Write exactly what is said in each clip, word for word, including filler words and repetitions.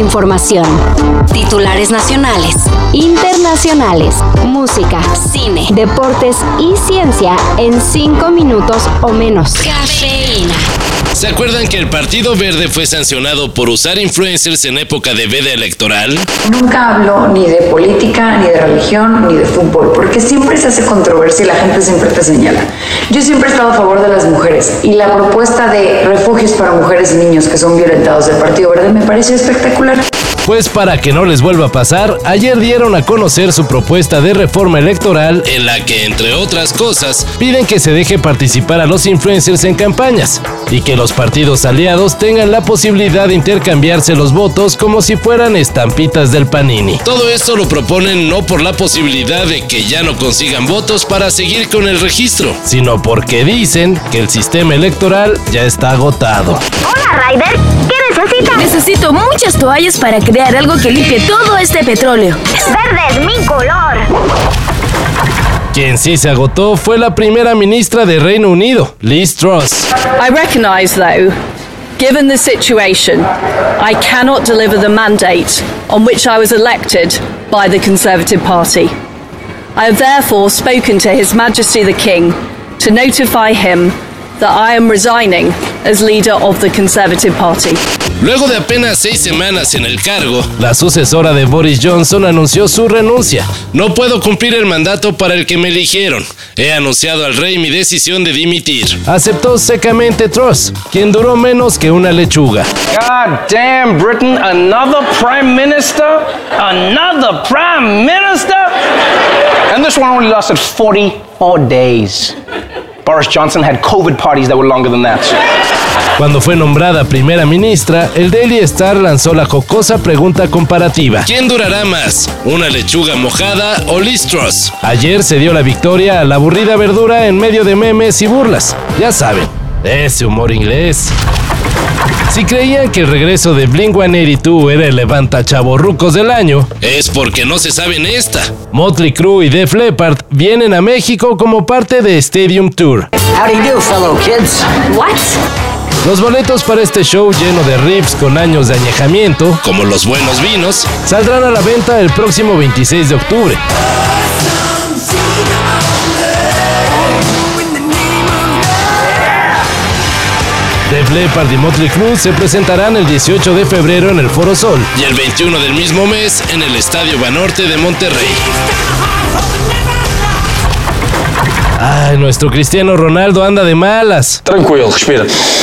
información. Titulares nacionales, internacionales, música, cine, deportes y ciencia en cinco minutos o menos. Cafeína. ¿Se acuerdan que el Partido Verde fue sancionado por usar influencers en época de veda electoral? Nunca hablo ni de política, ni de religión, ni de fútbol, porque siempre se hace controversia y la gente siempre te señala. Yo siempre he estado a favor de las mujeres y la propuesta de refugios para mujeres y niños que son violentados del Partido Verde me parece espectacular. Pues para que no les vuelva a pasar, ayer dieron a conocer su propuesta de reforma electoral en la que, entre otras cosas, piden que se deje participar a los influencers en campañas y que los partidos aliados tengan la posibilidad de intercambiarse los votos como si fueran estampitas del Panini. Todo esto lo proponen no por la posibilidad de que ya no consigan votos para seguir con el registro, sino porque dicen que el sistema electoral ya está agotado. Hola, Ryder, ¿qué necesitas? Necesito muchas toallas para crear algo que limpie todo este petróleo. Verde es mi color. Quien sí se agotó fue la primera ministra de Reino Unido, Liz Truss. I recognize, though, given the situation, I cannot deliver the mandate on which I was elected by the Conservative Party. I have therefore spoken to His Majesty the King to notify him that I am resigning as leader of the Conservative Party. Luego de apenas seis semanas en el cargo, la sucesora de Boris Johnson anunció su renuncia. No puedo cumplir el mandato para el que me eligieron. He anunciado al rey mi decisión de dimitir. Aceptó secamente Truss, quien duró menos que una lechuga. God damn, Britain, another prime minister? Another prime minister? And this one only lasted forty-four days. Boris Johnson had COVID parties that were longer than that. Cuando fue nombrada primera ministra, el Daily Star lanzó la jocosa pregunta comparativa. ¿Quién durará más? ¿Una lechuga mojada o Liz Truss? Ayer se dio la victoria a la aburrida verdura en medio de memes y burlas. Ya saben, ese humor inglés. Si creían que el regreso de Blink ciento ochenta y dos era el levantachavorrucos del año, es porque no se saben esta. Motley Crue y Def Leppard vienen a México como parte de Stadium Tour. How do you do, fellow kids? What? Los boletos para este show lleno de riffs con años de añejamiento, como los buenos vinos, saldrán a la venta el próximo veintiséis de octubre. Def Leppard y Motley Crue se presentarán el dieciocho de febrero en el Foro Sol y el veintiuno del mismo mes en el Estadio Banorte de Monterrey. Ay, nuestro Cristiano Ronaldo anda de malas. Tranquilo, respira.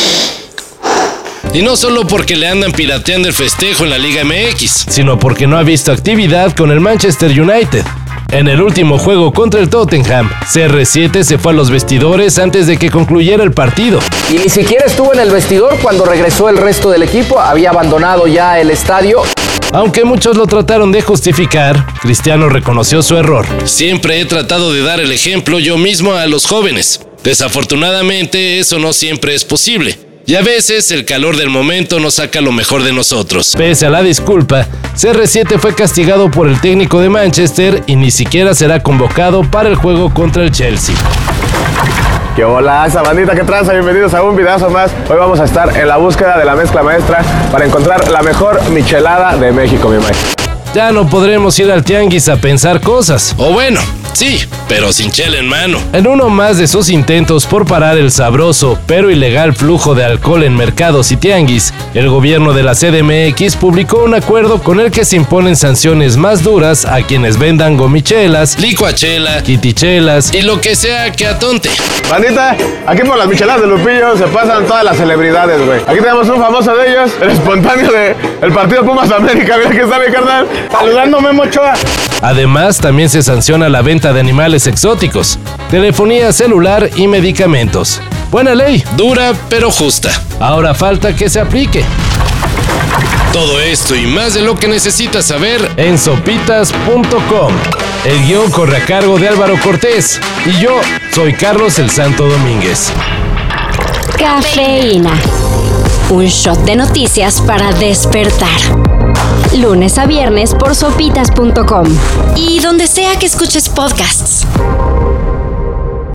Y no solo porque le andan pirateando el festejo en la Liga M X, sino porque no ha visto actividad con el Manchester United. En el último juego contra el Tottenham, C R siete se fue a los vestidores antes de que concluyera el partido. Y ni siquiera estuvo en el vestidor cuando regresó el resto del equipo, había abandonado ya el estadio. Aunque muchos lo trataron de justificar, Cristiano reconoció su error. Siempre he tratado de dar el ejemplo yo mismo a los jóvenes. Desafortunadamente, eso no siempre es posible. Y a veces el calor del momento nos saca lo mejor de nosotros. Pese a la disculpa, C R siete fue castigado por el técnico de Manchester y ni siquiera será convocado para el juego contra el Chelsea. ¿Qué hola, esa bandita que tranza? Bienvenidos a un videazo más. Hoy vamos a estar en la búsqueda de la mezcla maestra para encontrar la mejor michelada de México, mi maestro. Ya no podremos ir al tianguis a pensar cosas. O bueno, sí, pero sin chela en mano. En uno más de sus intentos por parar el sabroso pero ilegal flujo de alcohol en mercados y tianguis, el gobierno de la C D M X publicó un acuerdo con el que se imponen sanciones más duras a quienes vendan gomichelas, licuachela, quitichelas y lo que sea que atonte. Bandita, aquí por las micheladas de Lupillo se pasan todas las celebridades, güey. Aquí tenemos un famoso de ellos, el espontáneo del partido Pumas América. Mira que está mi carnal. Saludando Memo Ochoa. Además, también se sanciona la venta de animales exóticos, telefonía celular y medicamentos. Buena ley, dura pero justa. Ahora falta que se aplique. Todo esto y más de lo que necesitas saber en sopitas punto com. El guión corre a cargo de Álvaro Cortés y yo soy Carlos el Santo Domínguez. Cafeína. Un shot de noticias para despertar. Lunes a viernes por sopitas punto com y donde sea que escuches podcasts.